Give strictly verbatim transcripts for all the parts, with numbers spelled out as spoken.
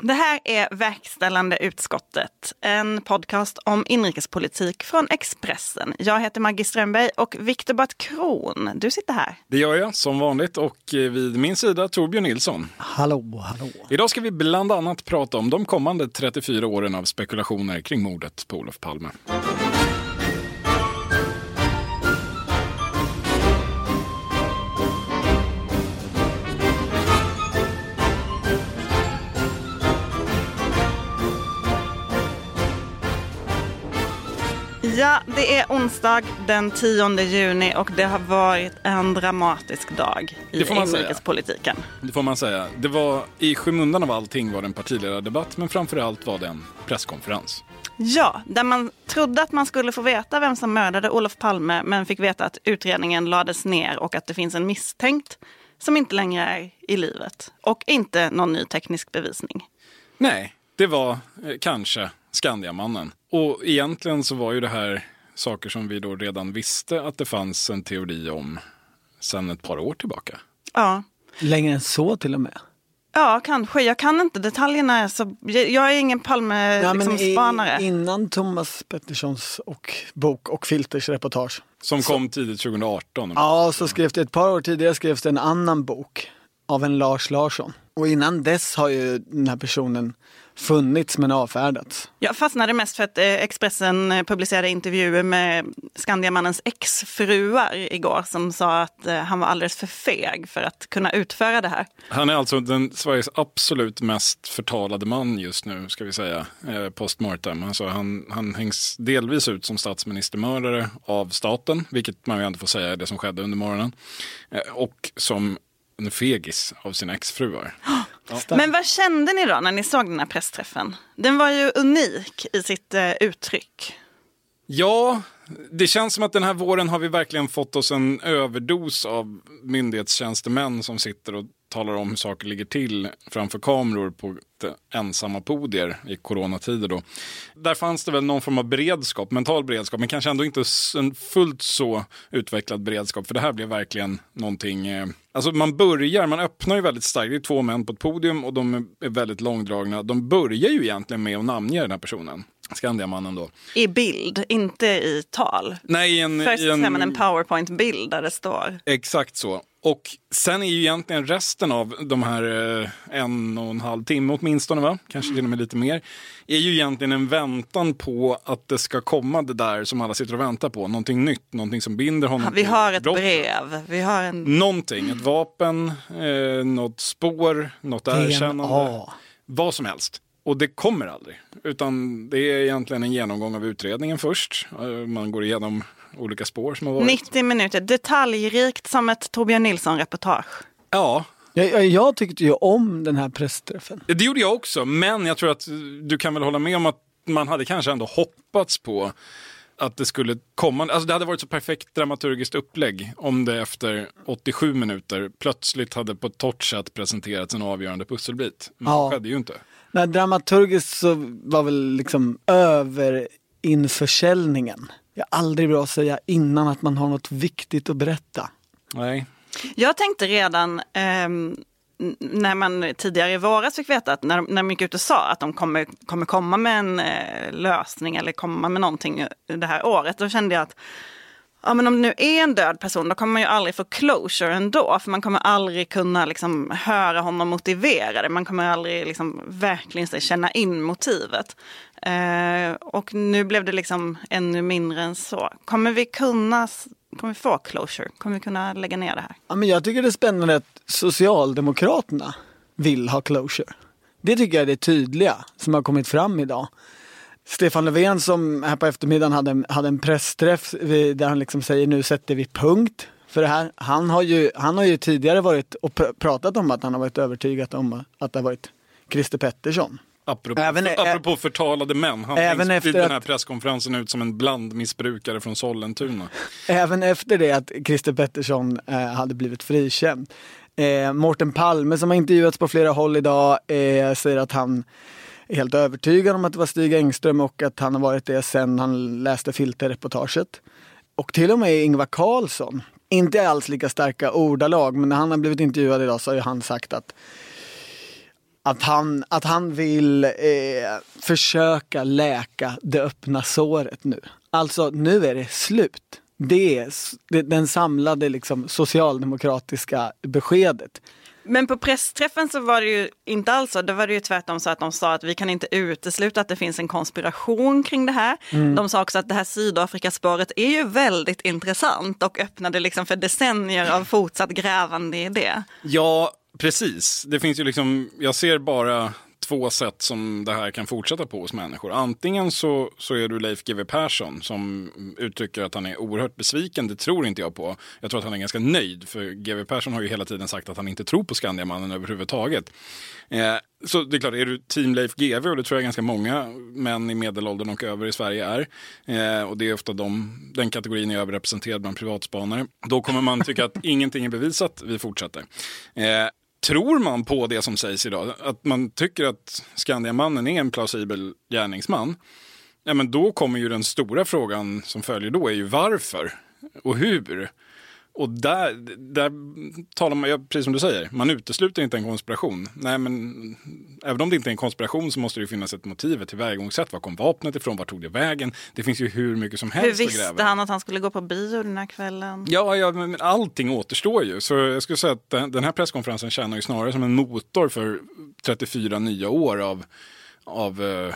Det här är Verkställande utskottet, en podcast om inrikespolitik från Expressen. Jag heter Maggie Strömberg och Viktor Bart Kron, du sitter här. Det gör jag som vanligt och vid min sida Torbjörn Nilsson. Hallå, hallå. Idag ska vi bland annat prata om de kommande trettiofyra åren av spekulationer kring mordet på Olof Palme. Ja, det är onsdag den tionde juni och det har varit en dramatisk dag i inrikespolitiken. Det får man säga. Det var i skymundan av allting var det en partiledardebatt, men framförallt var det en presskonferens. Ja, där man trodde att man skulle få veta vem som mördade Olof Palme, men fick veta att utredningen lades ner och att det finns en misstänkt som inte längre är i livet. Och inte någon ny teknisk bevisning. Nej, det var eh, kanske Skandiamannen. Och egentligen så var ju det här saker som vi då redan visste att det fanns en teori om sedan ett par år tillbaka. Ja. Längre än så till och med. Ja, kanske. Jag kan inte detaljerna. Så jag är ingen Palme-spanare. Liksom, innan Thomas Petterssons och bok och Filters reportage. Som så, kom tidigt tjugo arton. Ja, så skrevs det ett par år tidigare skrevs det en annan bok av en Lars Larsson. Och innan dess har ju den här personen funnits men avfärdats. Jag fastnade mest för att Expressen publicerade intervjuer med Skandiamannens exfruar igår som sa att han var alldeles för feg för att kunna utföra det här. Han är alltså den Sveriges absolut mest förtalade man just nu, ska vi säga, postmortem. Alltså han, han hängs delvis ut som statsministermördare av staten, vilket man ju ändå får säga är det som skedde under morgonen. Och som en fegis av sina exfruar. Ja. Men vad kände ni då när ni såg den här pressträffen? Den var ju unik i sitt eh, uttryck. Ja, det känns som att den här våren har vi verkligen fått oss en överdos av myndighetstjänstemän som sitter och talar om hur saker ligger till framför kameror på ensamma podier i coronatider då. Där fanns det väl någon form av beredskap, mental beredskap, men kanske ändå inte en fullt så utvecklad beredskap, för det här blev verkligen någonting. Eh, alltså man börjar, man öppnar ju väldigt starkt, det är två män på ett podium och de är väldigt långdragna. De börjar ju egentligen med att namnge den här personen. Skandiamannen då. I bild, inte i tal. Nej, en, Först i en, ser man en PowerPoint-bild där det står. Exakt så. Och sen är ju egentligen resten av de här eh, en och en halv timme åtminstone, va? Kanske till och med lite mer, är ju egentligen en väntan på att det ska komma det där som alla sitter och väntar på. Någonting nytt, någonting som binder honom. Ja, vi har ett brott. brev. Vi har en... Någonting, ett vapen, eh, något spår, något erkännande. Vad som helst. Och det kommer aldrig. Utan det är egentligen en genomgång av utredningen först. Man går igenom olika spår som har varit. nittio minuter, detaljrikt som ett Torbjörn Nilsson-reportage. Ja. Jag, jag, jag tyckte ju om den här pressträffen. Det gjorde jag också, men jag tror att du kan väl hålla med om att man hade kanske ändå hoppats på att det skulle komma. Alltså det hade varit så perfekt dramaturgiskt upplägg om det efter åttiosju minuter plötsligt hade på ett torrt sätt presenterats en avgörande pusselbit. Men ja. Det skedde ju inte. Nej, dramaturgiskt så var väl liksom överinförsäljningen. Det är aldrig bra att säga innan att man har något viktigt att berätta. Nej. Jag tänkte redan eh, när man tidigare i våras fick veta att när, när de gick ut och sa att de kommer, kommer komma med en eh, lösning eller komma med någonting det här året, då kände jag att ja, men om det nu är en död person, då kommer man ju aldrig få closure ändå. För man kommer aldrig kunna liksom höra honom motivera det. Man kommer aldrig liksom verkligen känna in motivet. Eh, och nu blev det liksom ännu mindre än så. Kommer vi kunna, kommer vi få closure? Kommer vi kunna lägga ner det här? Ja, men jag tycker det är spännande att Socialdemokraterna vill ha closure. Det tycker jag är det tydliga som har kommit fram idag. Stefan Löfven som här på eftermiddagen hade en, hade en pressträff där han liksom säger nu sätter vi punkt för det här. Han har ju, han har ju tidigare varit och pr- pratat om att han har varit övertygad om att det har varit Christer Pettersson. Apropå, även, för, apropå förtalade män. Han även efter den här att, presskonferensen ut som en blandmissbrukare från Sollentuna. Även efter det att Christer Pettersson eh, hade blivit frikänd. Eh, Mårten Palme som har intervjuats på flera håll idag eh, säger att han är helt övertygad om att det var Stig Engström och att han har varit det sen han läste filterreportaget. Och till och med Ingvar Carlsson, inte alls lika starka ordalag, men när han har blivit intervjuad idag så har han sagt att Att han, att han vill eh, försöka läka det öppna såret nu. Alltså nu är det slut. Det är det, den samlade liksom, socialdemokratiska beskedet. Men på pressträffen så var det ju inte alls så. Det var det ju tvärtom så att de sa att vi kan inte utesluta att det finns en konspiration kring det här. Mm. De sa också att det här Sydafrikaspåret är ju väldigt intressant och öppnade liksom för decennier av fortsatt grävande i det. Ja, precis. Det finns ju liksom, jag ser bara två sätt som det här kan fortsätta på hos människor. Antingen så, så är du Leif G W Persson som uttrycker att han är oerhört besviken. Det tror inte jag på. Jag tror att han är ganska nöjd. För G W Persson har ju hela tiden sagt att han inte tror på Skandiamannen överhuvudtaget. Eh, så det är klart, är du team Leif G W, och det tror jag ganska många män i medelåldern och över i Sverige är. Eh, och det är ofta de, den kategorin är överrepresenterad bland privatspanare. Då kommer man tycka att ingenting är bevisat. Vi fortsätter. Eh, Tror man på det som sägs idag, att man tycker att Skandiamannen är en plausibel gärningsman, ja, men då kommer ju den stora frågan som följer då är ju varför och hur. Och där, där talar man, precis som du säger, man utesluter inte en konspiration. Nej, men även om det inte är en konspiration så måste det ju finnas ett motiv, ett tillvägagångssätt. Var kom vapnet ifrån? Var tog det vägen? Det finns ju hur mycket som helst hur att gräva. Hur visste han att han skulle gå på bio den här kvällen? Ja, ja, men allting återstår ju. Så jag skulle säga att den här presskonferensen tjänar ju snarare som en motor för trettiofyra nya år av, av uh,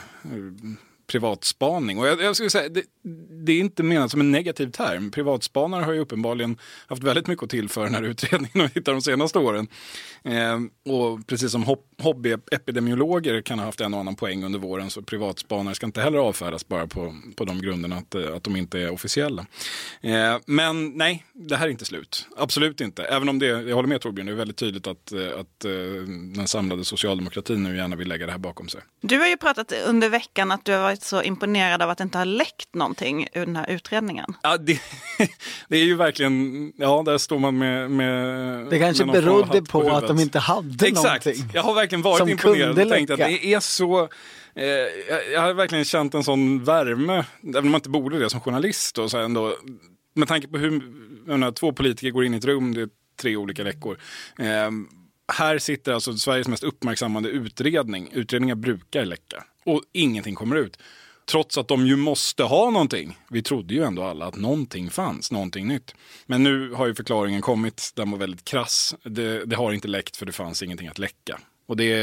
privatspaning. Och jag, jag skulle säga, det, det är inte menat som en negativ term. Privatspanare har ju uppenbarligen haft väldigt mycket att tillföra den här utredningen och hittar de senaste åren. Eh, och precis som hobbyepidemiologer kan ha haft en och annan poäng under våren, så privatspanare ska inte heller avfärdas bara på, på de grunderna att, att de inte är officiella. Eh, men nej, det här är inte slut. Absolut inte. Även om det, jag håller med Torbjörn, det är väldigt tydligt att, att den samlade socialdemokratin nu gärna vill lägga det här bakom sig. Du har ju pratat under veckan att du har varit så imponerad av att det inte har läckt någonting ur den här utredningen. Ja, det, det är ju verkligen, ja, där står man med... med det kanske med berodde på, på att de inte hade Exakt. någonting. Jag har verkligen varit imponerad och tänkt att det är så... Eh, jag, jag har verkligen känt en sån värme, även om man inte borde det som journalist. Och så ändå, med tanke på hur menar, två politiker går in i ett rum, det är tre olika veckor. Eh, här sitter alltså Sveriges mest uppmärksammade utredning. Utredningar brukar läcka. Och ingenting kommer ut. Trots att de ju måste ha någonting. Vi trodde ju ändå alla att någonting fanns, någonting nytt. Men nu har ju förklaringen kommit, den var väldigt krass. Det, det har inte läckt för det fanns ingenting att läcka. Och det,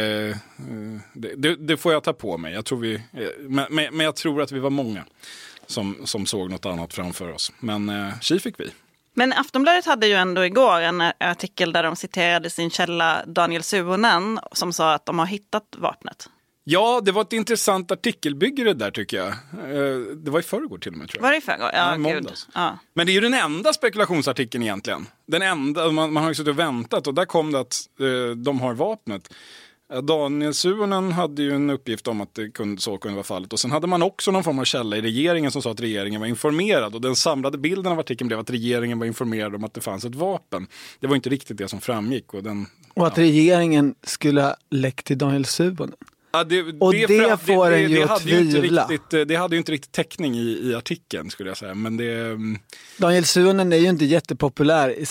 det, det, det får jag ta på mig. Jag tror vi, men, men jag tror att vi var många som, som såg något annat framför oss. Men eh, tji fick vi. Men Aftonbladet hade ju ändå igår en artikel där de citerade sin källa Daniel Suhonen som sa att de har hittat vapnet. Ja, det var ett intressant artikelbygge det där tycker jag. Det var i förrgår till och med tror jag. Var det i förrgår? Ja, ja, gud. Ja. Men det är ju den enda spekulationsartikeln egentligen. Den enda, man, man har ju suttit och väntat och där kom det att eh, de har vapnet. Daniel Suhonen hade ju en uppgift om att det kunde, så kunde vara fallet. Och sen hade man också någon form av källa i regeringen som sa att regeringen var informerad. Och den samlade bilden av artikeln blev att regeringen var informerad om att det fanns ett vapen. Det var inte riktigt det som framgick. Och, den, och att ja. regeringen skulle ha läckt till Daniel Suhonen. Ja, det, och det, det, det får det, en ju det, att hade ju tvivla. Riktigt, det hade ju inte riktigt täckning i, i artikeln skulle jag säga. Men det... Daniel Suhonen är ju inte jättepopulär i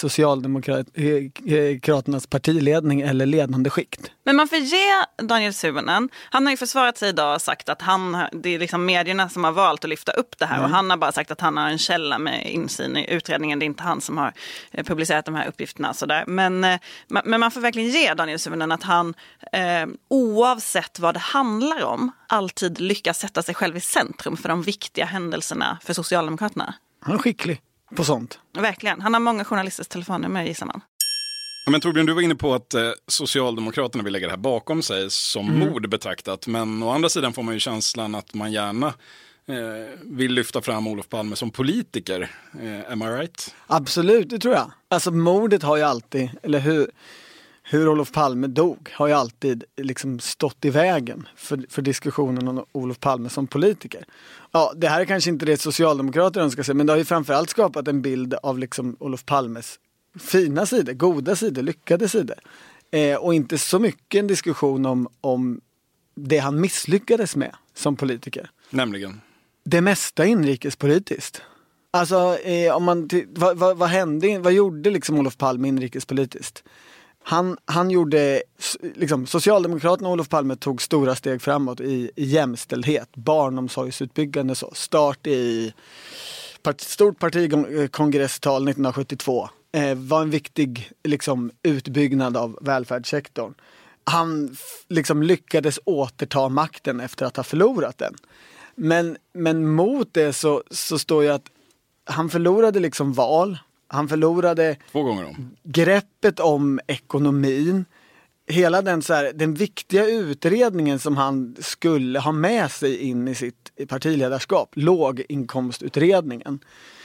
Socialdemokraternas partiledning eller ledande skikt. Men man får ge Daniel Suhonen, han har ju försvarat sig idag och sagt att han, det är liksom medierna som har valt att lyfta upp det här. Mm. Och han har bara sagt att han har en källa med insyn i utredningen. Det är inte han som har publicerat de här uppgifterna. Sådär. Men, men man får verkligen ge Daniel Suhonen att han eh, oavsett vad det handlar om alltid lyckas sätta sig själv i centrum för de viktiga händelserna för Socialdemokraterna. Han är skicklig på sånt. Verkligen. Han har många journalisters telefonnummer, gissar man. Men Torbjörn, du var inne på att eh, Socialdemokraterna vill lägga det här bakom sig som mm. mord betraktat. Men å andra sidan får man ju känslan att man gärna eh, vill lyfta fram Olof Palme som politiker. Eh, am I right? Absolut, det tror jag. Alltså mordet har ju alltid, eller hur... Hur Olof Palme dog har ju alltid liksom stått i vägen för, för diskussionen om Olof Palme som politiker. Ja, det här är kanske inte det Socialdemokrater önskar sig, men det har ju framförallt skapat en bild av liksom Olof Palmes fina sidor, goda sidor, lyckade sidor. Eh, och inte så mycket en diskussion om, om det han misslyckades med som politiker. Nämligen? Det mesta inrikespolitiskt. Alltså, eh, om man t- vad, vad, vad hände, vad gjorde liksom Olof Palme inrikespolitiskt? Han, han gjorde, liksom, Socialdemokraterna och Olof Palme tog stora steg framåt i, i jämställdhet, barnomsorgsutbyggande, så. Start i part, stort partikongresstal nittonhundrasjuttiotvå. Eh, var en viktig liksom, utbyggnad av välfärdssektorn. Han liksom, lyckades återta makten efter att ha förlorat den. Men, men mot det så, så står ju att han förlorade liksom val. Han förlorade Två gånger om. greppet om ekonomin. Hela den, så här, den viktiga utredningen som han skulle ha med sig in i sitt partiledarskap. Låginkomstutredningen.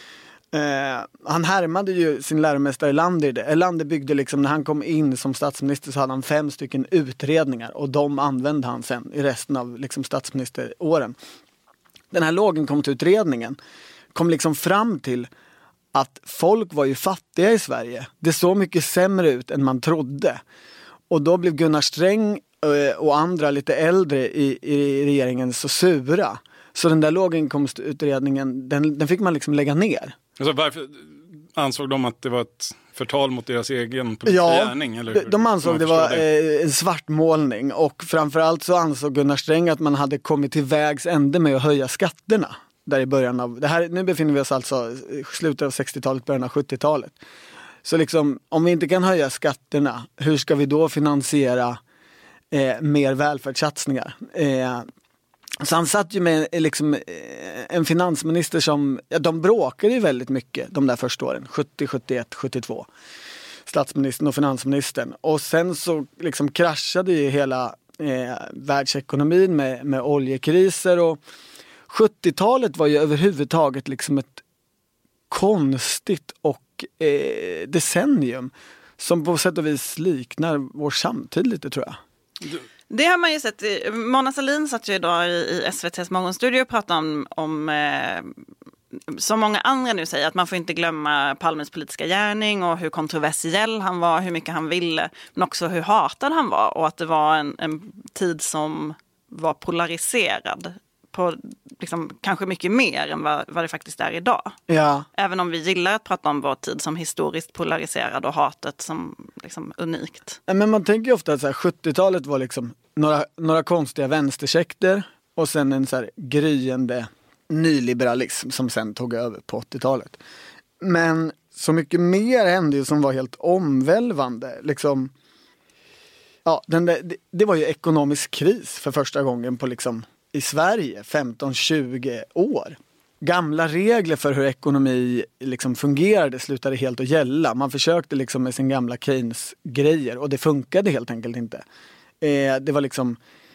Eh, han härmade ju sin läromästare Erlander i det. Erlander byggde liksom, när han kom in som statsminister så hade han fem stycken utredningar. Och de använde han sen i resten av liksom, statsministeråren. Den här låginkomstutredningen kom liksom fram till att folk var ju fattiga i Sverige. Det såg mycket sämre ut än man trodde. Och då blev Gunnar Sträng och andra lite äldre i, i regeringen så sura. Så den där låginkomstutredningen, den, den fick man liksom lägga ner. Alltså varför ansåg de att det var ett förtal mot deras egen politiska ja, gärning? Eller de, de ansåg det var det? en svartmålning. Och framförallt så ansåg Gunnar Sträng att man hade kommit till vägs ände med att höja skatterna. Där i början av, det här, nu befinner vi oss alltså i slutet av sextiotalet, början av sjuttiotalet. Så liksom, om vi inte kan höja skatterna, hur ska vi då finansiera eh, mer välfärdssatsningar? Eh, så han satt ju med liksom, eh, en finansminister som, ja, de bråkade ju väldigt mycket de där första åren, sjuttio, sjuttioett, sjuttiotvå. Statsministern och finansministern. Och sen så liksom kraschade ju hela eh, världsekonomin med, med oljekriser och sjuttiotalet var ju överhuvudtaget liksom ett konstigt och eh, decennium som på sätt och vis liknar vår samtid lite, tror jag. Det har man ju sett. Mona Sahlin satt ju idag i, i S V T:s morgonstudio och pratade om, om eh, som många andra nu säger, att man får inte glömma Palmes politiska gärning och hur kontroversiell han var, hur mycket han ville, men också hur hatad han var och att det var en, en tid som var polariserad på liksom, kanske mycket mer än vad, vad det faktiskt är idag. Ja. Även om vi gillar att prata om vår tid som historiskt polariserad och hatet som liksom, unikt. Men man tänker ju ofta att så här, sjuttiotalet var liksom några, några konstiga vänstersekter och sen en så här gryende nyliberalism som sen tog över på åttiotalet. Men så mycket mer hände ju som var helt omvälvande. Liksom, ja, den där, det, det var ju ekonomisk kris för första gången på liksom i Sverige, femton tjugo år. Gamla regler för hur ekonomi liksom fungerade slutade helt att gälla. Man försökte liksom med sin gamla Keynes-grejer och det funkade helt enkelt inte. Eh, det var liksom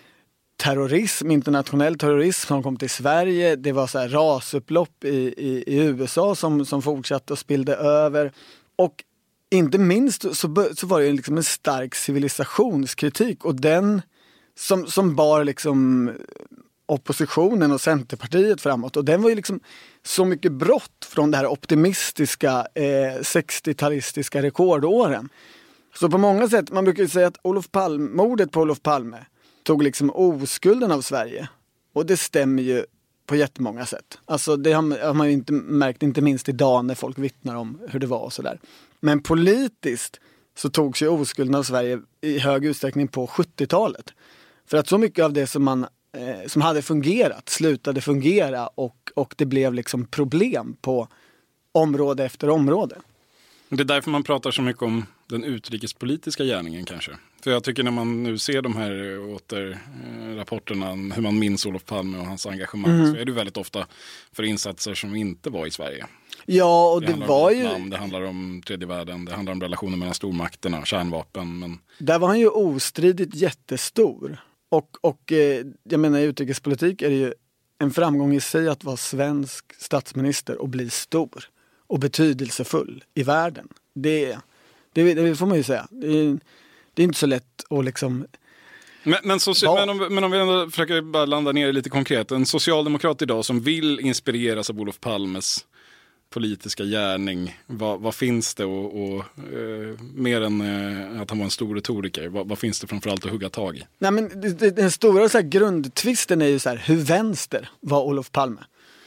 terrorism, internationell terrorism som kom till Sverige. Det var så här rasupplopp i, i, i U S A som, som fortsatte och spillde över. Och inte minst så, så var det liksom en stark civilisationskritik och den som, som bar liksom oppositionen och Centerpartiet framåt. Och den var ju liksom så mycket brott från det här optimistiska eh, sextiotalistiska rekordåren. Så på många sätt, man brukar ju säga att Olof Palme, mordet på Olof Palme tog liksom oskulden av Sverige. Och det stämmer ju på jättemånga sätt. Alltså det har, har man ju inte märkt, inte minst idag när folk vittnar om hur det var och sådär. Men politiskt så togs ju oskulden av Sverige i hög utsträckning på sjuttiotalet. För att så mycket av det som man eh, som hade fungerat slutade fungera och, och det blev liksom problem på område efter område. Det är därför man pratar så mycket om den utrikespolitiska gärningen kanske. För jag tycker när man nu ser de här återrapporterna om hur man minns Olof Palme och hans engagemang mm. så är det väldigt ofta för insatser som inte var i Sverige. Ja, och det, det var ju... Vietnam, det handlar om tredje världen, det handlar om relationer mellan stormakterna, kärnvapen. Men... Där var han ju ostridigt jättestor. Och, och eh, jag menar i utrikespolitik är det ju en framgång i sig att vara svensk statsminister och bli stor och betydelsefull i världen. Det, det, det får man ju säga. Det är, det är inte så lätt att liksom... Men, men, soci- men, om, men om vi ändå försöker bara landa ner lite konkret. En socialdemokrat idag som vill inspireras av Olof Palmes politiska gärning. Vad, vad finns det och, och eh, mer än eh, att han var en stor retoriker, vad, vad finns det framförallt att hugga tag i? Nej, men det, det, den stora så här, grundtvisten är ju så här, hur vänster var Olof Palme?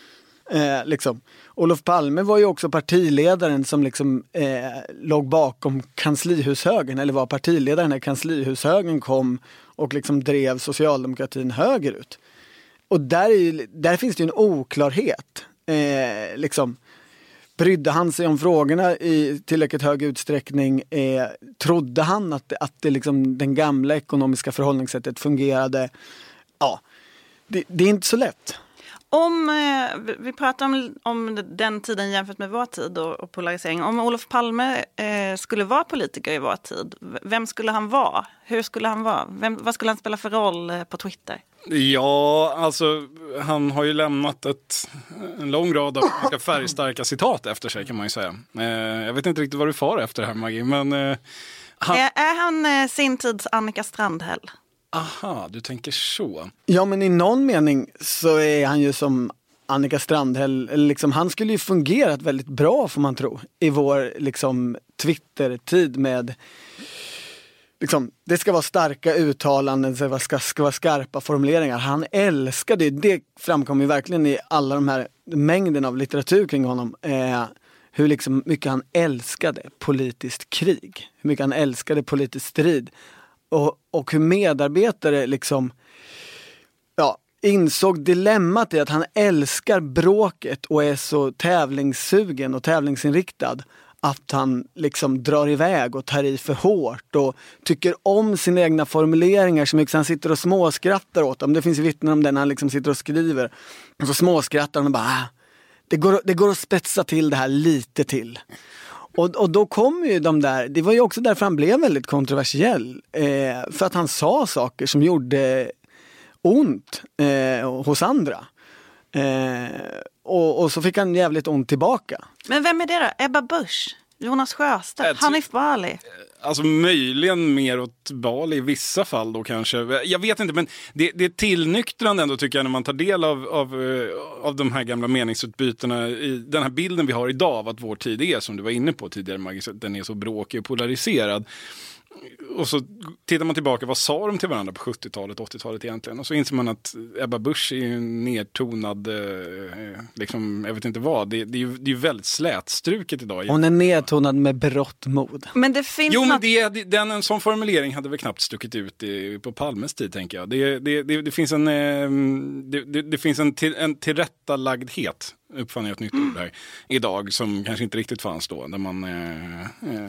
Eh, liksom. Olof Palme var ju också partiledaren som liksom, eh, låg bakom kanslihushögern, eller var partiledaren när kanslihushögern kom och liksom drev socialdemokratin högerut. Och där, är ju, där finns det ju en oklarhet. Eh, liksom, brydde han sig om frågorna i tillräckligt hög utsträckning? Eh, trodde han att, att det liksom, den gamla ekonomiska förhållningssättet fungerade? Ja, det, det är inte så lätt. Om eh, vi pratar om, om den tiden jämfört med vår tid och, och polarisering. Om Olof Palme eh, skulle vara politiker i vår tid, vem skulle han vara? Hur skulle han vara? Vem, vad skulle han spela för roll eh, på Twitter? Ja, alltså han har ju lämnat ett, en lång rad av ganska färgstarka citat efter sig, kan man ju säga. Eh, jag vet inte riktigt vad du far efter här, Maggie, men... Eh, han... Är, är han eh, sin tids Annika Strandhäll? Aha, du tänker så. Ja, men i någon mening så är han ju som Annika Strandhäll. Liksom, han skulle ju fungerat väldigt bra, får man tro, i vår liksom, Twitter-tid med... Liksom, det ska vara starka uttalanden, det ska, ska vara skarpa formuleringar. Han älskar det. Det framkommer ju verkligen i alla de här mängden av litteratur kring honom. Eh, hur liksom mycket han älskade politiskt krig. Hur mycket han älskade politisk strid. Och, och hur medarbetare liksom ja, insåg dilemmat i att han älskar bråket och är så tävlingssugen och tävlingsinriktad att han liksom drar iväg och tar i för hårt och tycker om sina egna formuleringar så mycket så han sitter och småskrattar åt dem. Det finns vittnen om det när han liksom sitter och skriver. Och så småskrattar han och bara ah, det, går, det går att spetsa till det här lite till. Och, och då kom ju de där, det var ju också därför han blev väldigt kontroversiell. Eh, för att han sa saker som gjorde ont eh, hos andra. Eh, och, och så fick han jävligt ont tillbaka. Men vem är det då? Ebba Busch? Jonas Sjöstedt? Hanif Bali? Alltså möjligen mer åt Bali i vissa fall då kanske. Jag vet inte, men det, det är tillnyktrande ändå tycker jag när man tar del av, av, av de här gamla meningsutbytena i den här bilden vi har idag av att vår tid är, som du var inne på tidigare Maggie, den är så bråkig och polariserad. Och så tittar man tillbaka, vad sa de till varandra på sjuttiotalet, åttiotalet egentligen? Och så inser man att Ebba Busch är ju nedtonad, eh, liksom, jag vet inte vad. Det, det är ju det är väldigt slätstruket idag. Hon är nedtonad med berått mod. Men det finns jo, något... men det, det, den, en sån formulering hade väl knappt stuckit ut i, på Palmes tid, tänker jag. Det, det, det, det finns en, eh, det, det, det finns en, till, en tillrättalagdhet, uppfann jag ett nytt ord här, idag som kanske inte riktigt fanns då. Där man, eh,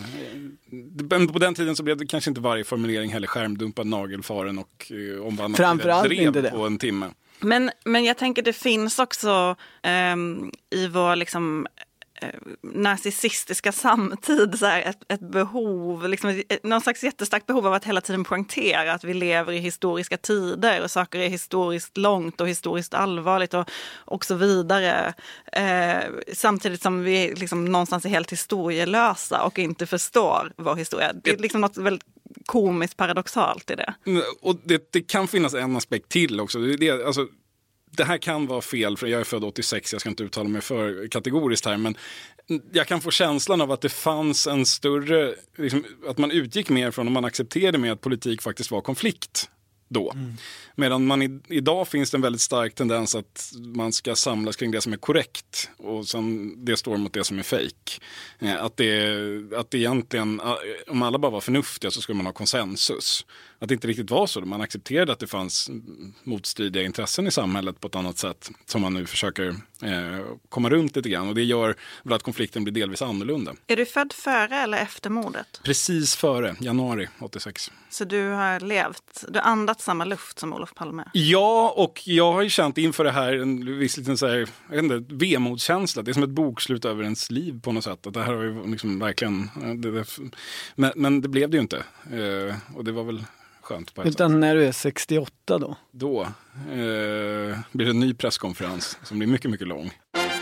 eh, på den tiden så blev det kanske inte varje formulering heller skärmdumpad, nagelfaren och eh, omvandlad framförallt drev inte det. På en timme. Men, men jag tänker det finns också eh, i vår liksom narcissistiska samtid så här, ett, ett behov, liksom, ett, någon slags jättestarkt behov av att hela tiden poängtera att vi lever i historiska tider och saker är historiskt långt och historiskt allvarligt och, och så vidare. Eh, samtidigt som vi liksom någonstans är helt historielösa och inte förstår vår historia. Det är liksom något väldigt komiskt paradoxalt i det. Och det, det kan finnas en aspekt till också. Det, det, alltså, det här kan vara fel, för jag är född åttiosex, jag ska inte uttala mig för kategoriskt här, men jag kan få känslan av att det fanns en större, liksom, att man utgick mer från och man accepterade med att politik faktiskt var konflikt då. Mm. Medan man i, idag finns det en väldigt stark tendens att man ska samlas kring det som är korrekt och sen det står mot det som är fake. Att det, att det egentligen, om alla bara var förnuftiga så skulle man ha konsensus. Att det inte riktigt var så. Man accepterade att det fanns motstridiga intressen i samhället på ett annat sätt som man nu försöker eh, komma runt lite grann. Och det gör väl att konflikten blir delvis annorlunda. Är du född före eller efter mordet? Precis före, januari åttiosex. Så du har levt, du har andats samma luft som Olof Palme? Ja, och jag har ju känt inför det här en viss liten så här, jag vet inte, vemodskänsla. Det är som ett bokslut över ens liv på något sätt. Att det här har ju liksom verkligen, det, det, men, men det blev det ju inte. Eh, och det var väl skönt på ett Utan sätt. När du är sextioåtta då? Då eh, blir det en ny presskonferens som blir mycket, mycket lång.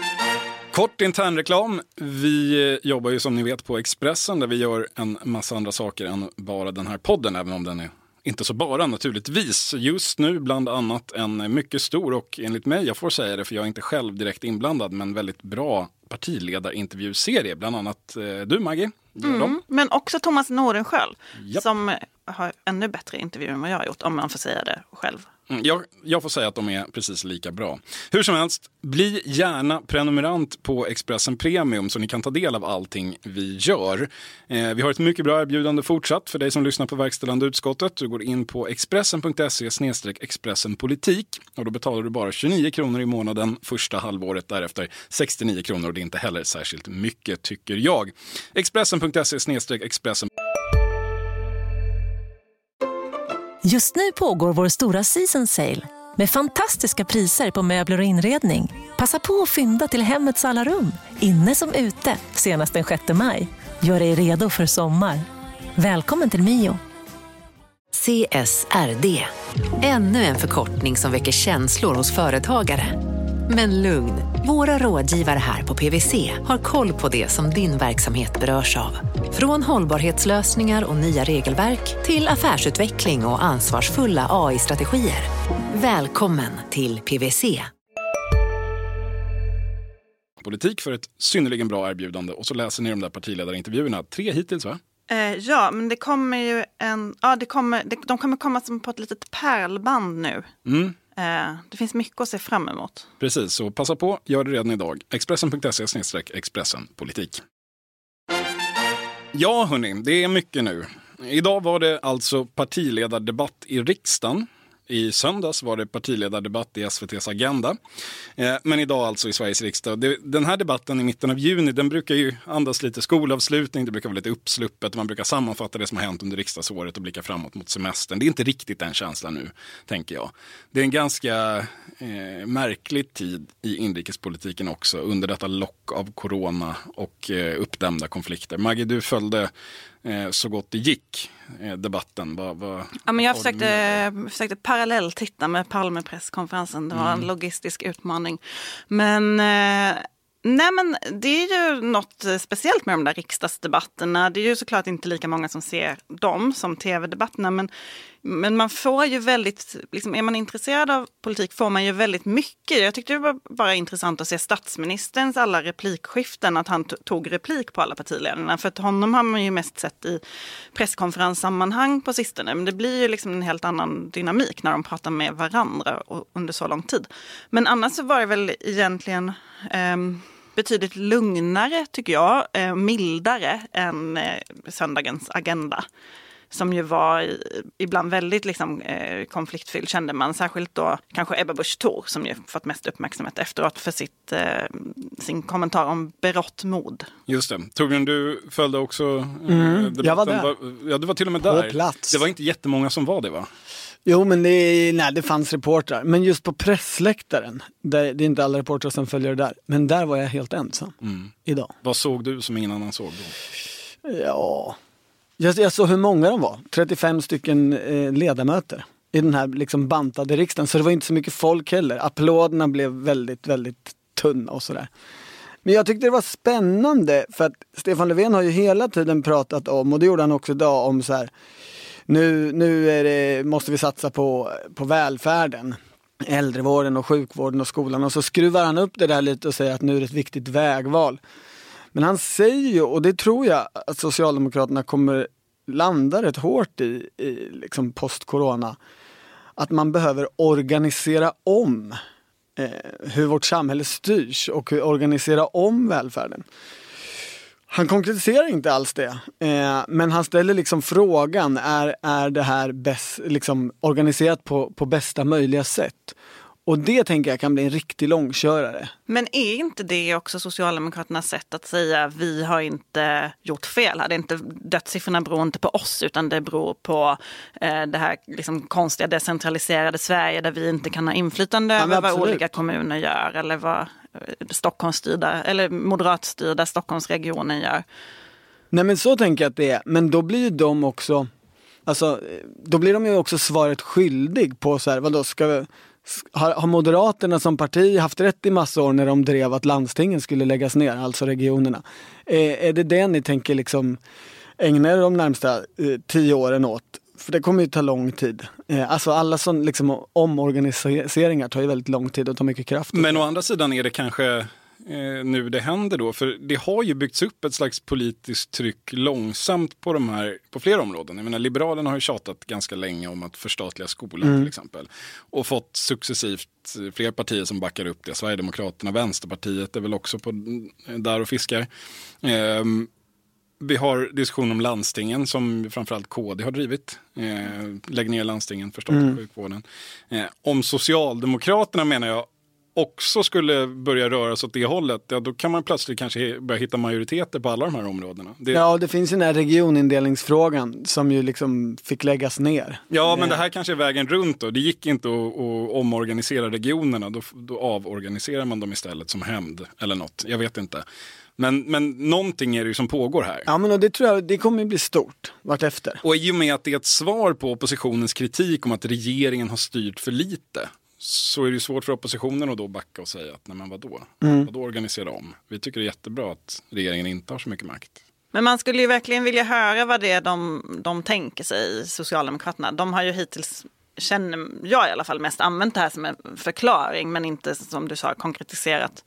Kort internreklam. Vi jobbar ju som ni vet på Expressen där vi gör en massa andra saker än bara den här podden, även om den är inte så bara naturligtvis. Just nu bland annat en mycket stor och enligt mig, jag får säga det för jag är inte själv direkt inblandad, men väldigt bra partiledarintervjuserie. Bland annat eh, du Maggie. Mm, men också Thomas Nordenskjöld Japp. som har ännu bättre intervjuer än vad jag har gjort, om man får säga det själv. Mm, jag, jag får säga att de är precis lika bra. Hur som helst, bli gärna prenumerant på Expressen Premium så ni kan ta del av allting vi gör. Eh, vi har ett mycket bra erbjudande fortsatt för dig som lyssnar på verkställande utskottet. Du går in på expressen punkt se slash expressen politik och då betalar du bara tjugonio kronor i månaden första halvåret, därefter sextionio kronor, och det är inte heller särskilt mycket tycker jag. expressen punkt se slash expressen. Just nu pågår vår stora season sale med fantastiska priser på möbler och inredning. Passa på att fynda till hemmets alla rum, inne som ute, senast den sjätte maj. Gör dig redo för sommar. Välkommen till Mio. C S R D. Ännu en förkortning som väcker känslor hos företagare. Men lugn, våra rådgivare här på P W C har koll på det som din verksamhet berörs av. Från hållbarhetslösningar och nya regelverk till affärsutveckling och ansvarsfulla A I-strategier. Välkommen till P W C. Politik för ett synnerligen bra erbjudande, och så läser ni de där partiledarintervjuerna. Tre hittills, va? Eh, ja, men det kommer ju en... Ja, det kommer, det, de kommer komma som på ett litet pärlband nu. Mm. Eh, det finns mycket att se fram emot. Precis, så passa på, gör det redan idag. expressen punkt se slash expressen politik. Ja, hörni, det är mycket nu. Idag var det alltså partiledardebatt i riksdagen. I söndags var det partiledardebatt i S V T:s Agenda. Eh, men idag alltså i Sveriges riksdag. Det, den här debatten i mitten av juni, den brukar ju andas lite skolavslutning. Det brukar vara lite uppsluppet. Man brukar sammanfatta det som har hänt under riksdagsåret och blicka framåt mot semestern. Det är inte riktigt den känslan nu, tänker jag. Det är en ganska eh, märklig tid i inrikespolitiken också. Under detta lock av corona och eh, uppdämda konflikter. Maggie, du följde eh, så gott det gick debatten. Vad, vad, ja, men jag försökte, försökte parallellt titta med Palme-presskonferensen. Det var mm. en logistisk utmaning. Men, eh, nej, men det är ju något speciellt med de där riksdagsdebatterna. Det är ju såklart inte lika många som ser dem som tv-debatterna. Men, men man får ju väldigt, liksom, är man intresserad av politik får man ju väldigt mycket. Jag tyckte det var bara intressant att se statsministerns alla replikskiften, att han t- tog replik på alla partiledarna. För att honom har man ju mest sett i presskonferenssammanhang på sistone. Men det blir ju liksom en helt annan dynamik när de pratar med varandra och, under så lång tid. Men annars så var det väl egentligen eh, betydligt lugnare, tycker jag, eh, mildare än eh, söndagens agenda. Som ju var ibland väldigt liksom, eh, konfliktfylld, kände man. Särskilt då kanske Ebba Busch Thor, som ju fått mest uppmärksamhet efteråt för sitt, eh, sin kommentar om berått mod. Just det. Torbjörn, du följde också eh, mm, debatten. Jag var där. Var, ja, du var till och med på där. Plats. Det var inte jättemånga som var det, va? Jo, men det, nej, det fanns reportrar. Men just på pressläktaren, där, det är inte alla reportrar som följer det där. Men där var jag helt ensam mm. idag. Vad såg du som ingen annan såg då? Ja... Jag, jag såg hur många de var. trettiofem stycken eh, ledamöter i den här liksom bantade riksdagen. Så det var inte så mycket folk heller. Applåderna blev väldigt, väldigt tunna och sådär. Men jag tyckte det var spännande för att Stefan Löfven har ju hela tiden pratat om, och det gjorde han också idag, om så här, nu, nu är det, måste vi satsa på, på välfärden. Äldrevården och sjukvården och skolan. Och så skruvar han upp det där lite och säger att nu är det ett viktigt vägval. Men han säger ju, och det tror jag att Socialdemokraterna kommer landa rätt hårt i, i liksom post-corona, att man behöver organisera om eh, hur vårt samhälle styrs och hur organisera om välfärden. Han konkretiserar inte alls det, eh, men han ställer liksom frågan, är, är det här bäst, liksom, organiserat på, på bästa möjliga sätt? Och det tänker jag kan bli en riktig långkörare. Men är inte det också Socialdemokraternas sätt att säga vi har inte gjort fel? Det är inte, dödssiffrorna beror inte på oss, utan det beror på eh, det här liksom konstiga decentraliserade Sverige där vi inte kan ha inflytande ja, över vad olika kommuner gör eller vad eh, Stockholmsstyrda eller moderatstyrda Stockholmsregionen gör. Nej, men så tänker jag att det är. Men då blir ju de också, alltså då blir de ju också svaret skyldig på så här, vadå ska vi... Har, har Moderaterna som parti haft rätt i massa år när de drev att landstingen skulle läggas ner, alltså regionerna? Eh, är det det ni tänker liksom ägna er de närmsta eh, tio åren åt? För det kommer ju ta lång tid. Eh, alltså alla sån, liksom, omorganiseringar tar ju väldigt lång tid och tar mycket kraft. Men å andra sidan är det kanske eh, nu det händer då. För det har ju byggts upp ett slags politiskt tryck långsamt på de här, på flera områden. Jag menar, Liberalerna har ju tjatat ganska länge om att förstatliga skolan mm. till exempel. Och fått successivt fler partier som backar upp det. Sverigedemokraterna, Vänsterpartiet är väl också på, där och fiskar. Eh, Vi har diskussion om landstingen som framförallt K D har drivit. Eh, lägg ner landstingen, förstatliga mm. sjukvården. Eh, om Socialdemokraterna menar jag också skulle börja röra sig åt det hållet, ja, då kan man plötsligt kanske börja hitta majoriteter på alla de här områderna. Det... Ja, det finns ju den här regionindelningsfrågan som ju liksom fick läggas ner. Ja, men det här kanske är vägen runt då. Det gick inte att, att omorganisera regionerna. Då, då avorganiserar man dem istället som hämnd eller något. Jag vet inte. Men, men någonting är det ju som pågår här. Ja, men och det tror jag det kommer att bli stort vartefter. Och i och med att det är ett svar på oppositionens kritik om att regeringen har styrt för lite, så är det ju svårt för oppositionen att då backa och säga att nej, men vadå? Mm. Vadå organisera om? Vi tycker det är jättebra att regeringen inte har så mycket makt. Men man skulle ju verkligen vilja höra vad det är de, de tänker sig, Socialdemokraterna. De har ju hittills, känner jag i alla fall, mest använt det här som en förklaring, men inte, som du sa, konkretiserat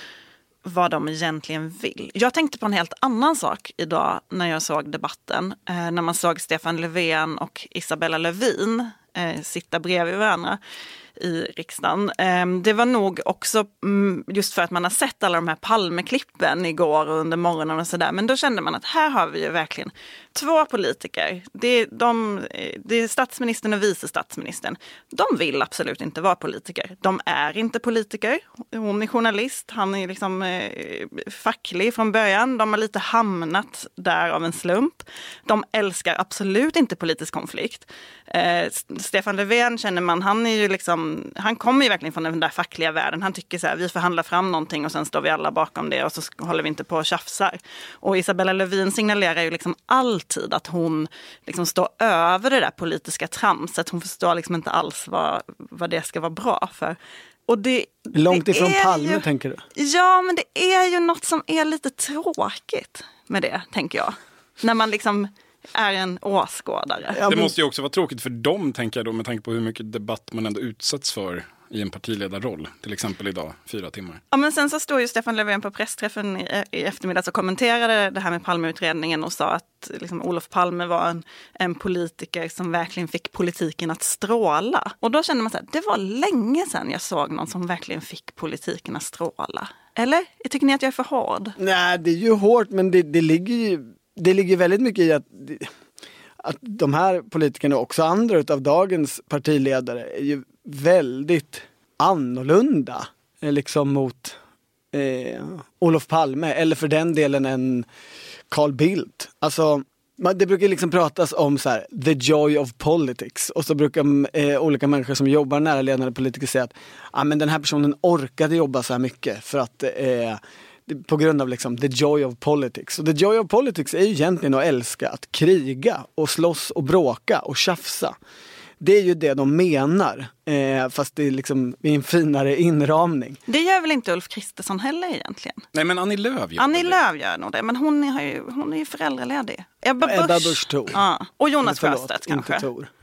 vad de egentligen vill. Jag tänkte på en helt annan sak idag när jag såg debatten. Eh, när man såg Stefan Löfven och Isabella Lövin eh, sitta bredvid varandra i riksdagen. Eh, det var nog också mm, just för att man har sett alla de här Palmeklippen igår och under morgonen och sådär. Men då kände man att här har vi ju verkligen två politiker. Det är, de, det är statsministern och vice statsministern. De vill absolut inte vara politiker. De är inte politiker. Hon är journalist. Han är liksom eh, facklig från början. De har lite hamnat där av en slump. De älskar absolut inte politisk konflikt. Eh, Stefan Löfven känner man, han är ju liksom, han kommer ju verkligen från den där fackliga världen. Han tycker så här, vi förhandlar fram någonting och sen står vi alla bakom det och så håller vi inte på och tjafsar. Och Isabella Lövin signalerar ju liksom alltid att hon liksom står över det där politiska tramset. Hon förstår liksom inte alls vad, vad det ska vara bra för. Och det, Långt det ifrån Palme, ju, tänker du? Ja, men det är ju något som är lite tråkigt med det, tänker jag. När man liksom är en åskådare. Ja, men... Det måste ju också vara tråkigt för dem, tänker jag då, med tanke på hur mycket debatt man ändå utsätts för i en partiledarroll, till exempel idag, fyra timmar. Ja, men sen så står ju Stefan Löfven på pressträffen i, i eftermiddag och kommenterade det här med Palmeutredningen och sa att liksom, Olof Palme var en, en politiker som verkligen fick politiken att stråla. Och då kände man så här, det var länge sedan jag såg någon som verkligen fick politiken att stråla. Eller? Tycker ni att jag är för hård? Nej, det är ju hårt, men det, det ligger ju det ligger väldigt mycket i att att de här politikerna och också andra utav dagens partiledare är ju väldigt annorlunda liksom mot eh, Olof Palme eller för den delen en Carl Bildt. Alltså det brukar liksom pratas om så här, the joy of politics, och så brukar eh, olika människor som jobbar nära ledande politiker säga att ah, men den här personen orkade jobba så här mycket för att eh, på grund av liksom the joy of politics. Och the joy of politics är ju egentligen att älska att kriga och slåss och bråka och tjafsa. Det är ju det de menar, eh, fast det är liksom i en finare inramning. Det gör väl inte Ulf Kristersson heller egentligen? Nej, men Annie Lööf gör Annie det. Lööf gör nog det, men hon är ju, hon är ju föräldraledig. Ebba Busch. Ebba Busch Thor. Ja. Och Jonas Förlåt, Sjöstedt kanske. Inte Thor.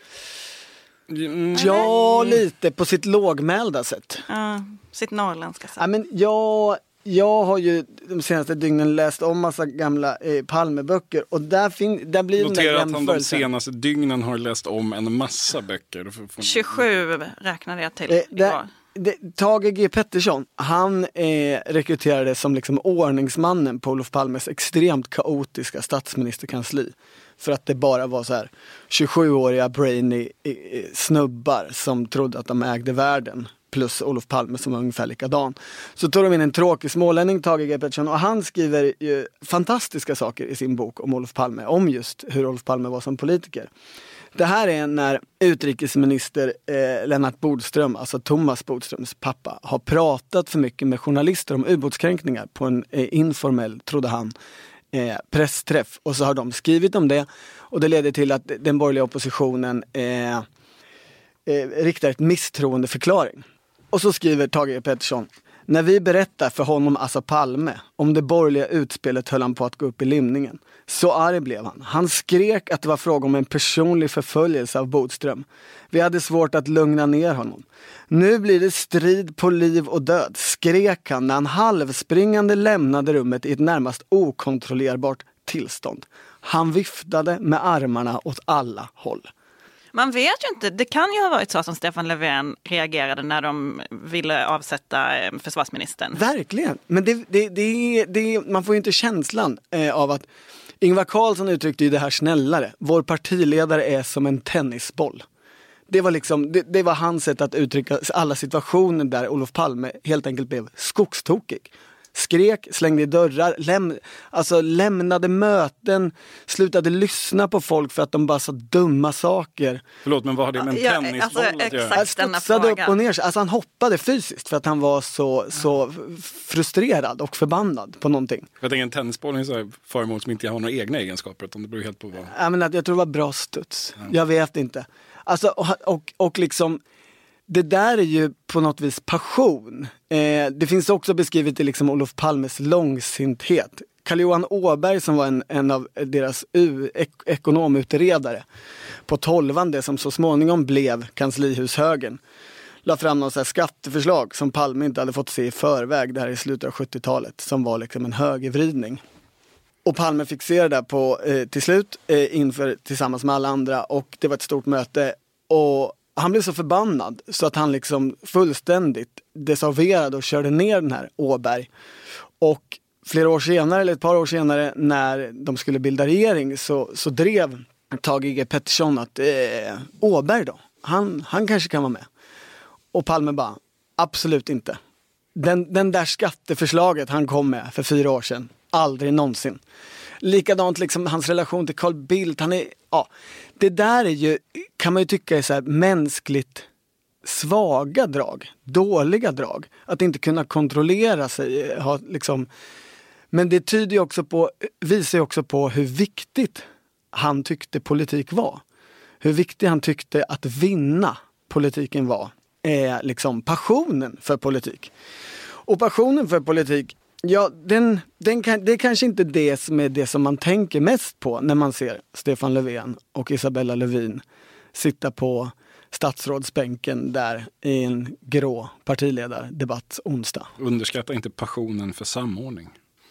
Mm. Ja, lite på sitt lågmälda sätt. Ja, sitt norrländska sätt. Ja, men jag... Jag har ju de senaste dygnen läst om massa gamla eh, Palmeböcker och där, fin- där blir Notera att han de senaste dygnen har läst om en massa böcker. tjugosju räknade jag till eh, igår. Det, Tage G. Pettersson, han eh, rekryterades som liksom ordningsmannen på Olof Palmes extremt kaotiska statsministerkansli. För att det bara var så här tjugosjuåriga brainy eh, snubbar som trodde att de ägde världen. Plus Olof Palme som var ungefär likadan. Så tog de in en tråkig smålänning, Tage G. Pettersson, och han skriver ju fantastiska saker i sin bok om Olof Palme. Om just hur Olof Palme var som politiker. Det här är när utrikesminister eh, Lennart Bodström, alltså Thomas Bodströms pappa, har pratat för mycket med journalister om ubåtskränkningar på en eh, informell, trodde han, eh, pressträff. Och så har de skrivit om det. Och det leder till att den borgerliga oppositionen eh, eh, riktar ett misstroendeförklaring. Och så skriver Tage Pettersson: När vi berättar för honom, alltså Palme, om det borgerliga utspelet höll han på att gå upp i limningen. Så arg blev han. Han skrek att det var fråga om en personlig förföljelse av Bodström. Vi hade svårt att lugna ner honom. Nu blir det strid på liv och död, skrek han när han halvspringande lämnade rummet i ett närmast okontrollerbart tillstånd. Han viftade med armarna åt alla håll. Man vet ju inte, det kan ju ha varit så som Stefan Löfven reagerade när de ville avsätta försvarsministern. Verkligen, men det, det, det, det, man får ju inte känslan eh, av att Ingvar Carlsson uttryckte ju det här snällare. Vår partiledare är som en tennisboll. Det var liksom, det, det var hans sätt att uttrycka alla situationer där Olof Palme helt enkelt blev skogstokig. Skrek, slängde i dörrar, läm, alltså lämnade möten, slutade lyssna på folk för att de bara sa dumma saker. Förlåt, men vad har det med en ja, tennisboll alltså, att göra? exakt denna studsade fråga. upp och ner. Alltså han hoppade fysiskt för att han var så, så frustrerad och förbannad på någonting. Jag tänker en tennisboll är så föremål som inte har några egna egenskaper, utan det beror helt på vad... Jag, menar, jag tror det var bra studs. Ja. Jag vet inte. Alltså, och, och, och liksom... Det där är ju på något vis passion. Eh, det finns också beskrivet i liksom Olof Palmes långsinthet. Carl-Johan Åberg som var en, en av deras u- ek- ekonomutredare på tolvande som så småningom blev kanslihushögern. La fram någon så här skatteförslag som Palme inte hade fått se i förväg. Det här i slutet av sjuttiotalet som var liksom en högervridning. Och Palme fick se det där på, eh, till slut eh, inför, tillsammans med alla andra och det var ett stort möte och han blev så förbannad så att han liksom fullständigt desavverade och körde ner den här Åberg. Och flera år senare, eller ett par år senare, när de skulle bilda regering så, så drev Thage G. Pettersson att eh, Åberg då, han, han kanske kan vara med. Och Palme bara, absolut inte. Den, den där skatteförslaget han kom med för fyra år sedan, aldrig någonsin. Likadant liksom hans relation till Carl Bildt, han är, ja, det där är ju, kan man ju tycka är så här mänskligt svaga drag, dåliga drag. Att inte kunna kontrollera sig, ha liksom, men det tyder ju också på, visar ju också på hur viktigt han tyckte politik var. Hur viktigt han tyckte att vinna politiken var, är liksom passionen för politik. Och passionen för politik, ja, den, den kan, det är kanske inte det som är det som man tänker mest på när man ser Stefan Löfven och Isabella Lövin sitta på statsrådsbänken där i en grå partiledardebatt onsdag. Underskatta inte passionen för samordning.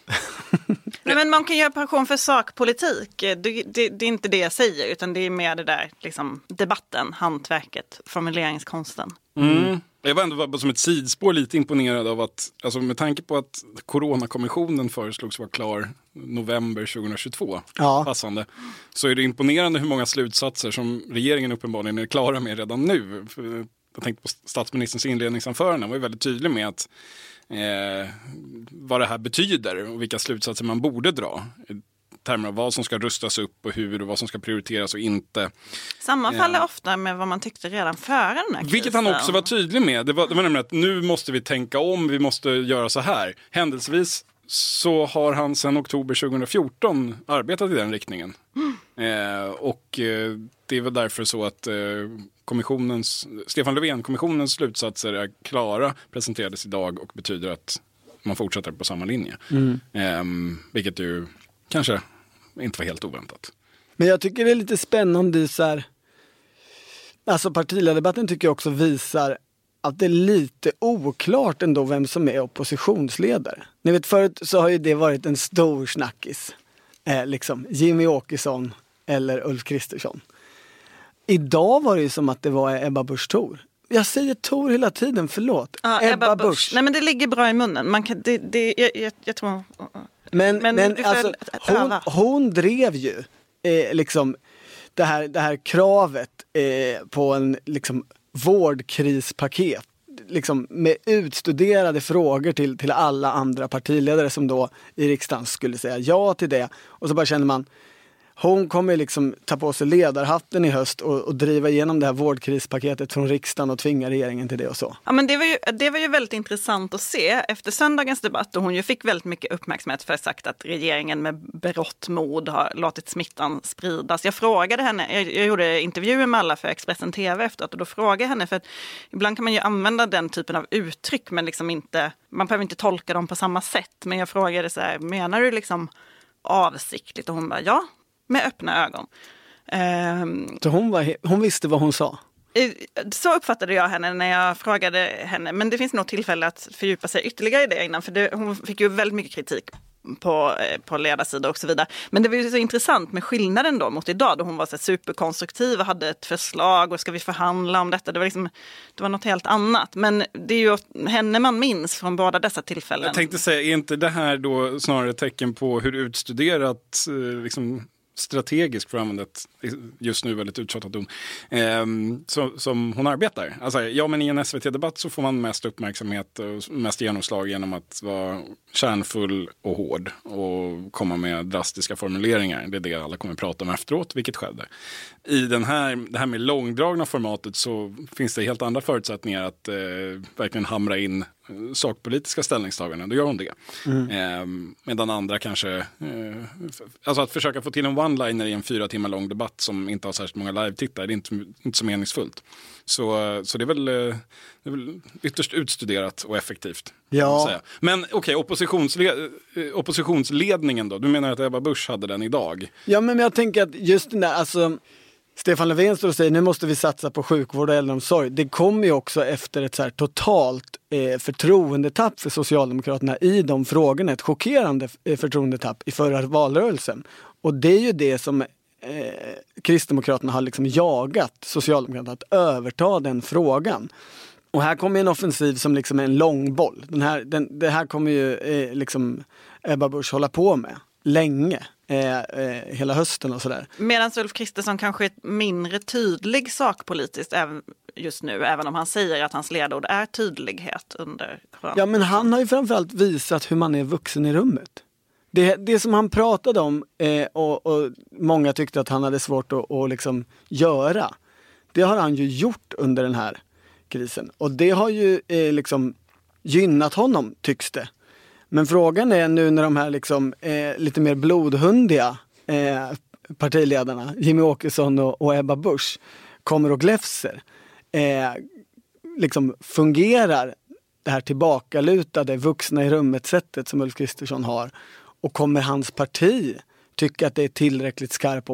Nej, men man kan göra passion för sakpolitik. Det, det, det är inte det jag säger, utan det är mer det där liksom, debatten, hantverket, formuleringskonsten. Mm. Jag var ändå som ett sidspår lite imponerad av att, alltså med tanke på att coronakommissionen föreslogs vara klar november tjugohundratjugotvå, ja. passande, så är det imponerande hur många slutsatser som regeringen uppenbarligen är klara med redan nu. Jag tänkte på statsministerns inledningsanförande, han var ju väldigt tydlig med att eh, vad det här betyder och vilka slutsatser man borde dra. Termer av vad som ska rustas upp och hur och vad som ska prioriteras och inte. Sammanfaller ja. ofta med vad man tyckte redan före den här krisen. Vilket han också var tydlig med. Det var, det var nämligen att nu måste vi tänka om, vi måste göra så här. Händelsevis så har han sedan oktober tjugohundrafjorton arbetat i den riktningen. Mm. Eh, och eh, det är väl därför så att eh, kommissionens, Stefan Löfven-kommissionens slutsatser är klara, presenterades idag och betyder att man fortsätter på samma linje. Mm. Eh, vilket ju kanske inte var helt oväntat. Men jag tycker det är lite spännande så här, alltså partiledardebatten tycker jag också visar att det är lite oklart ändå vem som är oppositionsledare. Ni vet, förut så har ju det varit en stor snackis. Eh, liksom Jimmy Åkesson eller Ulf Kristersson. Idag var det ju som att det var Ebba Busch Thor. Jag säger Thor hela tiden, förlåt. Ja, Ebba, Ebba Busch. Busch. Nej, men det ligger bra i munnen. Man kan, det, det, jag, jag, jag tror... Men, men, men alltså, hon, hon drev ju eh, liksom det här, det här kravet eh, på en liksom, vårdkrispaket liksom, med utstuderade frågor till, till alla andra partiledare som då i riksdagen skulle säga ja till det. Och så bara känner man, Hon kommer liksom ta på sig ledarhatten i höst och, och driva igenom det här vårdkrispaketet från riksdagen och tvinga regeringen till det och så. Ja, men det var ju, det var ju väldigt intressant att se efter söndagens debatt, och hon ju fick väldigt mycket uppmärksamhet för att sagt att regeringen med berått mod har låtit smittan spridas. Jag frågade henne, jag, jag gjorde intervjuer med alla för Expressen T V efteråt, och då frågade jag henne, för att ibland kan man ju använda den typen av uttryck men liksom inte, man behöver inte tolka dem på samma sätt. Men jag frågade så här, menar du liksom avsiktligt? Och hon bara, ja, med öppna ögon. Um, så hon, var, hon visste vad hon sa? Så uppfattade jag henne när jag frågade henne. Men det finns nog tillfälle att fördjupa sig ytterligare i det innan. För det, hon fick ju väldigt mycket kritik på, på ledarsidor och så vidare. Men det var ju så intressant med skillnaden då mot idag, då hon var så superkonstruktiv och hade ett förslag och ska vi förhandla om detta. Det var, liksom, det var något helt annat. Men det är ju henne man minns från båda dessa tillfällen. Jag tänkte säga, är inte det här då snarare tecken på hur utstuderat liksom strategiskt, för att använda ett just nu väldigt uttjatat ord, eh, så, som hon arbetar. Alltså, ja, men i en S V T-debatt så får man mest uppmärksamhet och mest genomslag genom att vara kärnfull och hård och komma med drastiska formuleringar. Det är det alla kommer att prata om efteråt, vilket skedde. I den här, det här med långdragna formatet så finns det helt andra förutsättningar att eh, verkligen hamra in sakpolitiska ställningstaganden, då gör hon det. Mm. Eh, medan andra kanske eh, alltså att försöka få till en one-liner i en fyra timmar lång debatt som inte har särskilt många live-tittare, det är inte, inte så meningsfullt. Så, så det, är väl, det är väl ytterst utstuderat och effektivt. Ja. Säga. Men okej, okay, oppositionsled, oppositionsledningen då, du menar att Ebba Busch hade den idag? Ja, men jag tänker att just den där, alltså Stefan Löfven står och säger nu måste vi satsa på sjukvård och äldreomsorg. Det kommer ju också efter ett så här totalt eh, förtroendetapp för Socialdemokraterna i de frågorna. Ett chockerande eh, förtroendetapp i förra valrörelsen. Och det är ju det som eh, Kristdemokraterna har liksom jagat Socialdemokraterna att överta den frågan. Och här kommer en offensiv som liksom är en lång boll. Den här, den, det här kommer ju eh, liksom Ebba Busch hålla på med länge. Eh, eh, hela hösten och sådär. Medan Ulf Kristersson kanske är mindre tydlig sakpolitiskt även just nu, även om han säger att hans ledord är tydlighet under corona. Ja, men han har ju framförallt visat hur man är vuxen i rummet. Det, det som han pratade om eh, och, och många tyckte att han hade svårt att, att liksom göra, det har han ju gjort under den här krisen. Och det har ju eh, liksom gynnat honom, tycks det. Men frågan är nu när de här liksom, eh, lite mer blodhundiga eh, partiledarna, Jimmy Åkesson och, och Ebba Busch, kommer och gläfser. Eh, liksom fungerar det här tillbakalutade, vuxna i rummet-sättet som Ulf Kristersson har. Och kommer hans parti tycka att det är tillräckligt skarp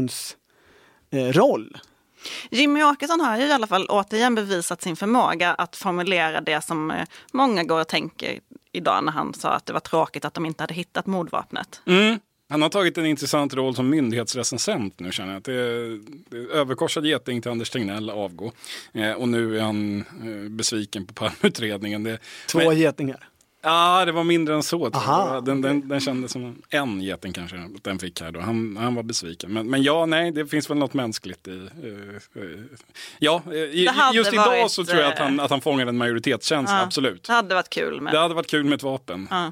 oppositionsroll? Eh, Jimmy Åkesson har ju i alla fall återigen bevisat sin förmåga att formulera det som många går och tänker idag när han sa att det var tråkigt att de inte hade hittat mordvapnet. Mm. Han har tagit en intressant roll som myndighetsrecensent nu, känner jag. Det är, det är överkorsad geting till Anders Tegnell avgå. Eh, och nu är han eh, besviken på Palmeutredningen. Det, Två men, getingar. Ja, det var mindre än så. Den, den, den kändes som en geting kanske, den fick här då. Han, han var besviken. Men, men ja, nej, det finns väl något mänskligt i... Uh, uh, ja, i, just idag varit, så tror jag att han, att han fångade en majoritetskänsla, ja, absolut. Det hade varit kul med. Det hade varit kul med ett vapen. Ja.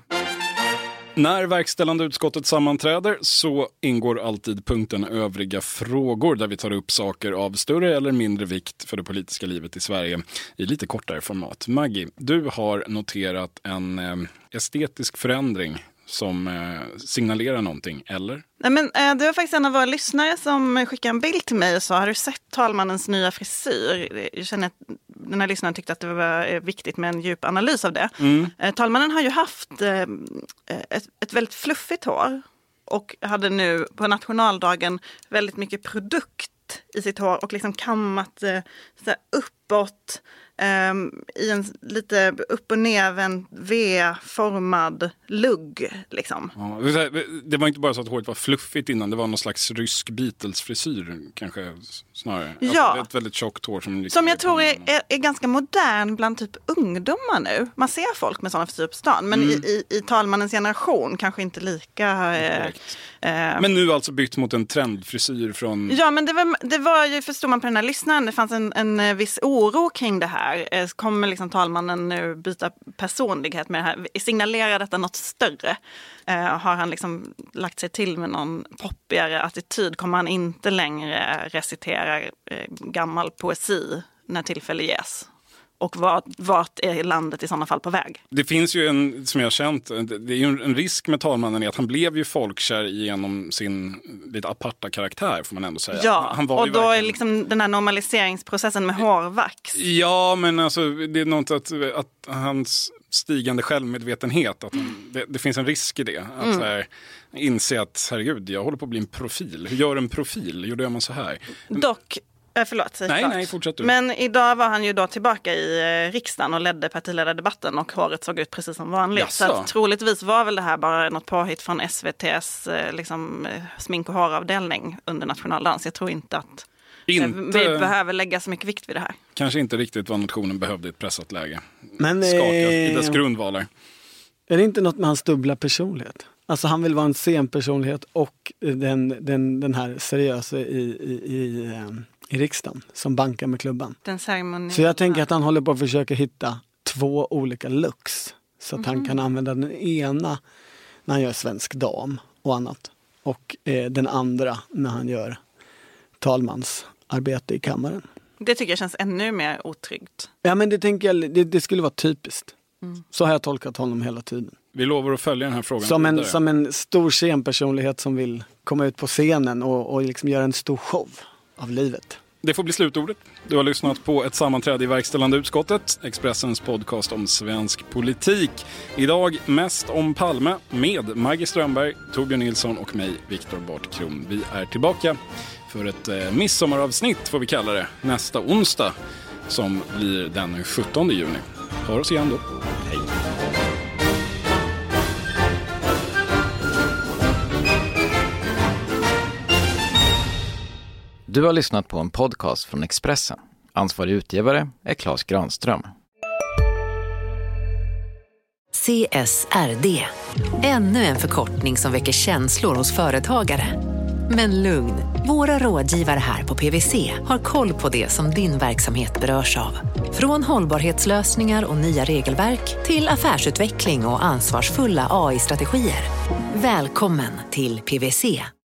När verkställande utskottet sammanträder så ingår alltid punkten övriga frågor där vi tar upp saker av större eller mindre vikt för det politiska livet i Sverige i lite kortare format. Maggie, du har noterat en eh, estetisk förändring som eh, signalerar någonting, eller? Nej, men, eh, det var faktiskt en av våra lyssnare som skickade en bild till mig och sa, har du sett talmannens nya frisyr? Jag känner att den här lyssnaren tyckte att det var viktigt med en djup analys av det. Mm. Eh, talmannen har ju haft eh, ett, ett väldigt fluffigt hår och hade nu på nationaldagen väldigt mycket produkt i sitt hår och liksom kammat eh, så här uppåt Um, i en lite upp- och nervänd V-formad lugg liksom. Ja, det var inte bara så att håret var fluffigt innan, det var någon slags rysk Beatles-frisyr kanske snarare. Ja. Alltså, ett väldigt tjockt hår som, som jag tror är, är, är ganska modern bland typ ungdomar nu. Man ser folk med sådana frisyrer på stan, men mm. i, i, i talmannens generation kanske inte lika... Eh, eh, men nu alltså bytt mot en trendfrisyr från... Ja, men det var, det var ju, förstod man på den här lyssnaren, det fanns en, en viss oro kring det här. här? Kommer liksom talmannen nu byta personlighet med det här? Signalerar detta något större? Eh, har han liksom lagt sig till med någon poppigare attityd? Kommer han inte längre recitera eh, gammal poesi när tillfälle ges? Och vart, vart är landet i sådana fall på väg? Det finns ju en, som jag har känt, det är ju en risk med talmannen i att han blev ju folkkär genom sin lite aparta karaktär, får man ändå säga. Ja, han var och ju då verkligen... är liksom den här normaliseringsprocessen med hårvax. Ja, men alltså det är något att, att hans stigande självmedvetenhet, att han, det, det finns en risk i det. Att mm. så här, inse att, herregud, jag håller på att bli en profil. Hur gör en profil? Jo, då gör man så här. Dock... Förlåt, nej, klart. nej, fortsätt du. Men idag var han ju då tillbaka i riksdagen och ledde partiledardebatten och håret såg ut precis som vanligt. Jaså. Så att, troligtvis var väl det här bara något påhitt från S V T:s liksom, smink- och håravdelning under nationaldans. Jag tror inte att inte, vi behöver lägga så mycket vikt vid det här. Kanske inte riktigt vad nationen behövde i ett pressat läge. Men, Skakad eh, i dess grundvalar. Är det inte något med hans dubbla personlighet? Alltså han vill vara en scenpersonlighet och den, den, den här seriösa i, i, i, i riksdagen som bankar med klubban. Den ceremoni. Så jag tänker att han håller på att försöka hitta två olika looks. Så att mm. han kan använda den ena när han gör svensk dam och annat. Och eh, den andra när han gör talmansarbete i kammaren. Det tycker jag känns ännu mer otryggt. Ja, men det tänker jag, det, det skulle vara typiskt. Mm. Så har jag tolkat honom hela tiden. Vi lovar att följa den här frågan. Som en, som en stor scenpersonlighet som vill komma ut på scenen och, och liksom göra en stor show av livet. Det får bli slutordet. Du har lyssnat på ett sammanträde i verkställande utskottet, Expressens podcast om svensk politik. Idag mest om Palme med Maggie Strömberg, Torbjörn Nilsson och mig, Viktor Bartkron. Vi är tillbaka för ett eh, midsommaravsnitt, får vi kalla det, nästa onsdag som blir den sjuttonde juni. Hör oss igen då. Hej! Du har lyssnat på en podcast från Expressen. Ansvarig utgivare är Claes Granström. C S R D. Ännu en förkortning som väcker känslor hos företagare. Men lugn, våra rådgivare här på P W C har koll på det som din verksamhet berörs av. Från hållbarhetslösningar och nya regelverk till affärsutveckling och ansvarsfulla A I-strategier. Välkommen till P W C.